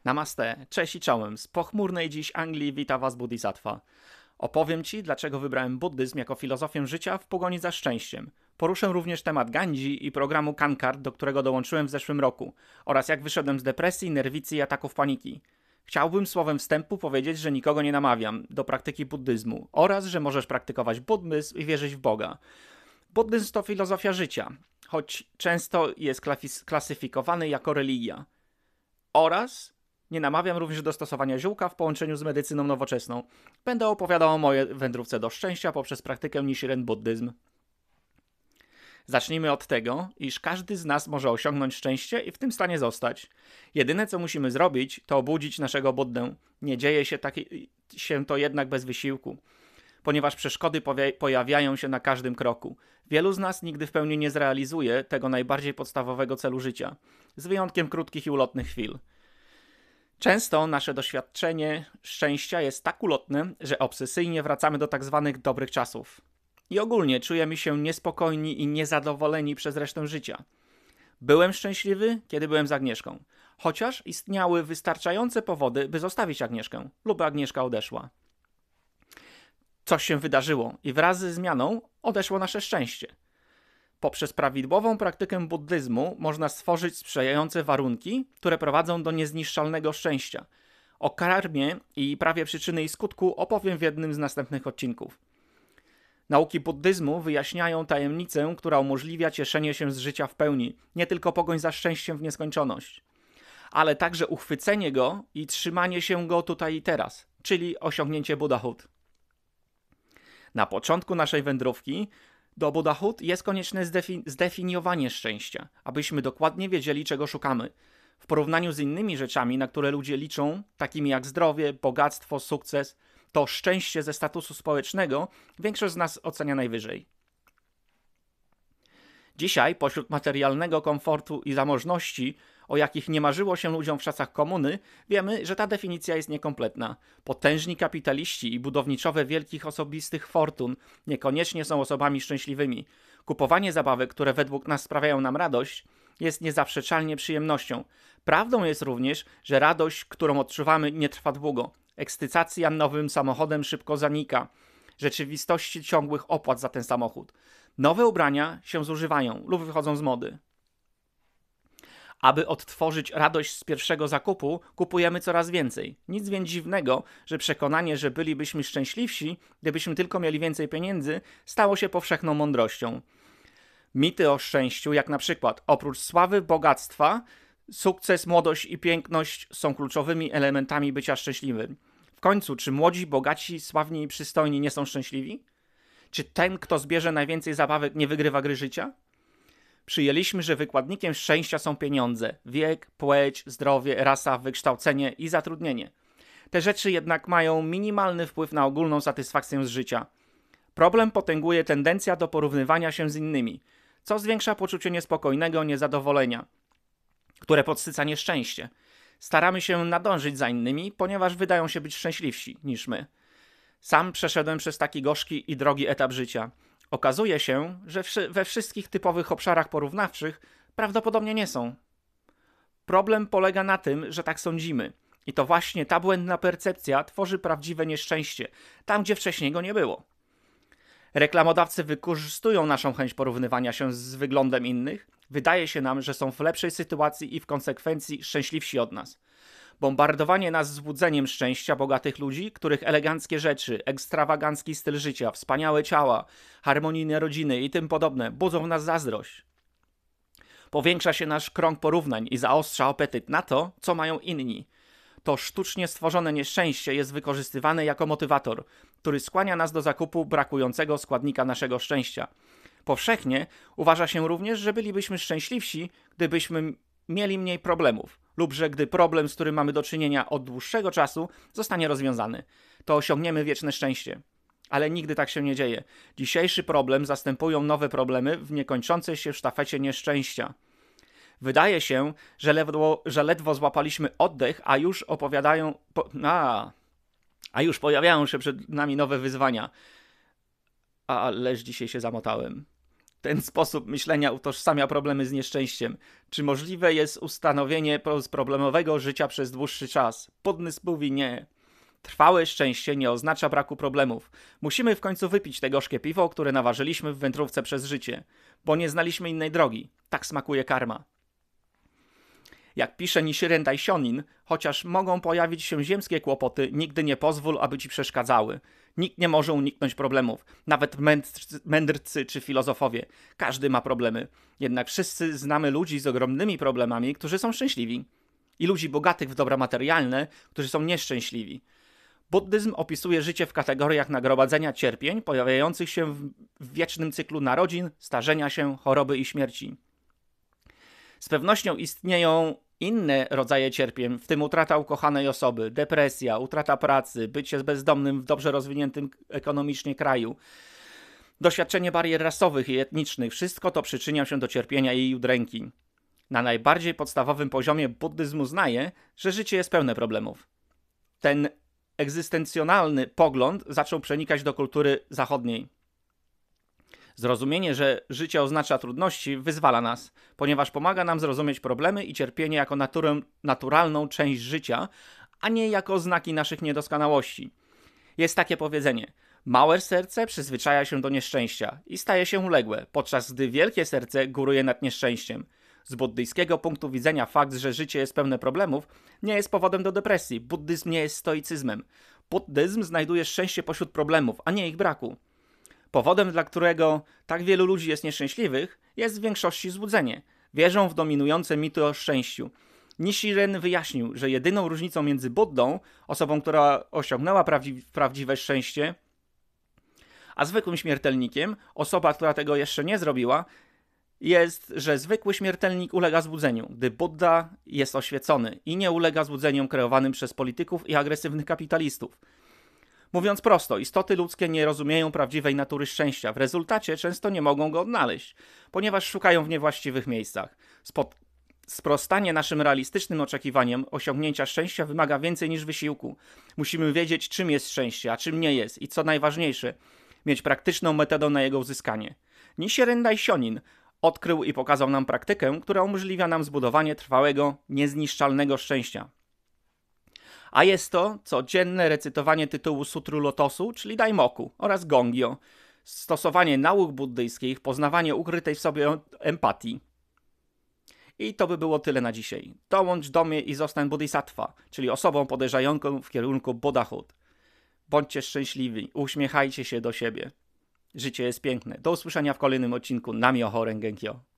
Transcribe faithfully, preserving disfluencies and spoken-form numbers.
Namaste, cześć i czołem. Z pochmurnej dziś Anglii wita was Bodhisattva. Opowiem ci, dlaczego wybrałem buddyzm jako filozofię życia w pogoni za szczęściem. Poruszę również temat Gandhi i programu Cancard, do którego dołączyłem w zeszłym roku, oraz jak wyszedłem z depresji, nerwicy i ataków paniki. Chciałbym słowem wstępu powiedzieć, że nikogo nie namawiam do praktyki buddyzmu oraz, że możesz praktykować buddyzm i wierzyć w Boga. Buddyzm to filozofia życia, choć często jest klasyfikowany jako religia. Oraz nie namawiam również do stosowania ziółka w połączeniu z medycyną nowoczesną. Będę opowiadał o mojej wędrówce do szczęścia poprzez praktykę Nichiren Buddyzm. Zacznijmy od tego, iż każdy z nas może osiągnąć szczęście i w tym stanie zostać. Jedyne co musimy zrobić, to obudzić naszego Buddę. Nie dzieje się, taki, się to jednak bez wysiłku, ponieważ przeszkody pojawiają się na każdym kroku. Wielu z nas nigdy w pełni nie zrealizuje tego najbardziej podstawowego celu życia, z wyjątkiem krótkich i ulotnych chwil. Często nasze doświadczenie szczęścia jest tak ulotne, że obsesyjnie wracamy do tak zwanych dobrych czasów. I ogólnie czujemy się niespokojni i niezadowoleni przez resztę życia. Byłem szczęśliwy, kiedy byłem z Agnieszką, chociaż istniały wystarczające powody, by zostawić Agnieszkę lub Agnieszka odeszła. Coś się wydarzyło i wraz ze zmianą odeszło nasze szczęście. Poprzez prawidłową praktykę buddyzmu można stworzyć sprzyjające warunki, które prowadzą do niezniszczalnego szczęścia. O karmie i prawie przyczyny i skutku opowiem w jednym z następnych odcinków. Nauki buddyzmu wyjaśniają tajemnicę, która umożliwia cieszenie się z życia w pełni, nie tylko pogoń za szczęściem w nieskończoność, ale także uchwycenie go i trzymanie się go tutaj i teraz, czyli osiągnięcie Buddhahood. Na początku naszej wędrówki do Buddhahood jest konieczne zdefi- zdefiniowanie szczęścia, abyśmy dokładnie wiedzieli, czego szukamy. W porównaniu z innymi rzeczami, na które ludzie liczą, takimi jak zdrowie, bogactwo, sukces, to szczęście ze statusu społecznego większość z nas ocenia najwyżej. Dzisiaj, pośród materialnego komfortu i zamożności, o jakich nie marzyło się ludziom w czasach komuny, wiemy, że ta definicja jest niekompletna. Potężni kapitaliści i budowniczowie wielkich osobistych fortun niekoniecznie są osobami szczęśliwymi. Kupowanie zabawek, które według nas sprawiają nam radość, jest niezaprzeczalnie przyjemnością. Prawdą jest również, że radość, którą odczuwamy, nie trwa długo. Ekscytacja nowym samochodem szybko zanika. Rzeczywistości ciągłych opłat za ten samochód. Nowe ubrania się zużywają lub wychodzą z mody. Aby odtworzyć radość z pierwszego zakupu, kupujemy coraz więcej. Nic więc dziwnego, że przekonanie, że bylibyśmy szczęśliwsi, gdybyśmy tylko mieli więcej pieniędzy, stało się powszechną mądrością. Mity o szczęściu, jak na przykład oprócz sławy, bogactwa, sukces, młodość i piękność są kluczowymi elementami bycia szczęśliwym. W końcu, czy młodzi, bogaci, sławni i przystojni nie są szczęśliwi? Czy ten, kto zbierze najwięcej zabawek, nie wygrywa gry życia? Przyjęliśmy, że wykładnikiem szczęścia są pieniądze, wiek, płeć, zdrowie, rasa, wykształcenie i zatrudnienie. Te rzeczy jednak mają minimalny wpływ na ogólną satysfakcję z życia. Problem potęguje tendencja do porównywania się z innymi, co zwiększa poczucie niespokojnego niezadowolenia, które podsyca nieszczęście. Staramy się nadążyć za innymi, ponieważ wydają się być szczęśliwsi niż my. Sam przeszedłem przez taki gorzki i drogi etap życia. Okazuje się, że we wszystkich typowych obszarach porównawczych prawdopodobnie nie są. Problem polega na tym, że tak sądzimy. I to właśnie ta błędna percepcja tworzy prawdziwe nieszczęście, tam gdzie wcześniej go nie było. Reklamodawcy wykorzystują naszą chęć porównywania się z wyglądem innych. Wydaje się nam, że są w lepszej sytuacji i w konsekwencji szczęśliwsi od nas. Bombardowanie nas zbudzeniem szczęścia bogatych ludzi, których eleganckie rzeczy, ekstrawagancki styl życia, wspaniałe ciała, harmonijne rodziny i tym podobne budzą w nas zazdrość. Powiększa się nasz krąg porównań i zaostrza apetyt na to, co mają inni. To sztucznie stworzone nieszczęście jest wykorzystywane jako motywator, który skłania nas do zakupu brakującego składnika naszego szczęścia. Powszechnie uważa się również, że bylibyśmy szczęśliwsi, gdybyśmy mieli mniej problemów, lub że gdy problem, z którym mamy do czynienia od dłuższego czasu, zostanie rozwiązany, to osiągniemy wieczne szczęście. Ale nigdy tak się nie dzieje. Dzisiejszy problem zastępują nowe problemy w niekończącej się sztafecie nieszczęścia. Wydaje się, że ledwo, że ledwo złapaliśmy oddech, a już opowiadają... Po, a, a już pojawiają się przed nami nowe wyzwania. A, ależ dzisiaj się zamotałem. Ten sposób myślenia utożsamia problemy z nieszczęściem. Czy możliwe jest ustanowienie problemowego życia przez dłuższy czas? Buddhyzm mówi nie. Trwałe szczęście nie oznacza braku problemów. Musimy w końcu wypić te gorzkie piwo, które naważyliśmy w wędrówce przez życie, bo nie znaliśmy innej drogi. Tak smakuje karma. Jak pisze Nichiren Daishonin, chociaż mogą pojawić się ziemskie kłopoty, nigdy nie pozwól, aby ci przeszkadzały. Nikt nie może uniknąć problemów, nawet mędrcy, mędrcy czy filozofowie. Każdy ma problemy. Jednak wszyscy znamy ludzi z ogromnymi problemami, którzy są szczęśliwi. I ludzi bogatych w dobra materialne, którzy są nieszczęśliwi. Buddyzm opisuje życie w kategoriach nagromadzenia cierpień, pojawiających się w, w wiecznym cyklu narodzin, starzenia się, choroby i śmierci. Z pewnością istnieją inne rodzaje cierpień, w tym utrata ukochanej osoby, depresja, utrata pracy, bycie bezdomnym w dobrze rozwiniętym ekonomicznie kraju, doświadczenie barier rasowych i etnicznych. Wszystko to przyczynia się do cierpienia i udręki. Na najbardziej podstawowym poziomie buddyzm uznaje, że życie jest pełne problemów. Ten egzystencjonalny pogląd zaczął przenikać do kultury zachodniej. Zrozumienie, że życie oznacza trudności, wyzwala nas, ponieważ pomaga nam zrozumieć problemy i cierpienie jako naturę, naturalną część życia, a nie jako znaki naszych niedoskonałości. Jest takie powiedzenie: małe serce przyzwyczaja się do nieszczęścia i staje się uległe, podczas gdy wielkie serce góruje nad nieszczęściem. Z buddyjskiego punktu widzenia fakt, że życie jest pełne problemów, nie jest powodem do depresji. Buddyzm nie jest stoicyzmem. Buddyzm znajduje szczęście pośród problemów, a nie ich braku. Powodem, dla którego tak wielu ludzi jest nieszczęśliwych, jest w większości złudzenie. Wierzą w dominujące mity o szczęściu. Nichiren wyjaśnił, że jedyną różnicą między Buddą, osobą, która osiągnęła prawdzi- prawdziwe szczęście, a zwykłym śmiertelnikiem, osoba, która tego jeszcze nie zrobiła, jest, że zwykły śmiertelnik ulega złudzeniu, gdy Buddha jest oświecony i nie ulega złudzeniom kreowanym przez polityków i agresywnych kapitalistów. Mówiąc prosto, istoty ludzkie nie rozumieją prawdziwej natury szczęścia. W rezultacie często nie mogą go odnaleźć, ponieważ szukają w niewłaściwych miejscach. Spod... Sprostanie naszym realistycznym oczekiwaniom osiągnięcia szczęścia wymaga więcej niż wysiłku. Musimy wiedzieć, czym jest szczęście, a czym nie jest i co najważniejsze, mieć praktyczną metodę na jego uzyskanie. Nichiren Daishonin odkrył i pokazał nam praktykę, która umożliwia nam zbudowanie trwałego, niezniszczalnego szczęścia. A jest to codzienne recytowanie tytułu Sutru Lotosu, czyli Daimoku, oraz Gongyo, stosowanie nauk buddyjskich, poznawanie ukrytej w sobie empatii. I to by było tyle na dzisiaj. Dołącz do mnie i zostań bodhisattva, czyli osobą podążającą w kierunku Buddhahood. Bądźcie szczęśliwi, uśmiechajcie się do siebie. Życie jest piękne. Do usłyszenia w kolejnym odcinku Nam-myoho Renge Kyo.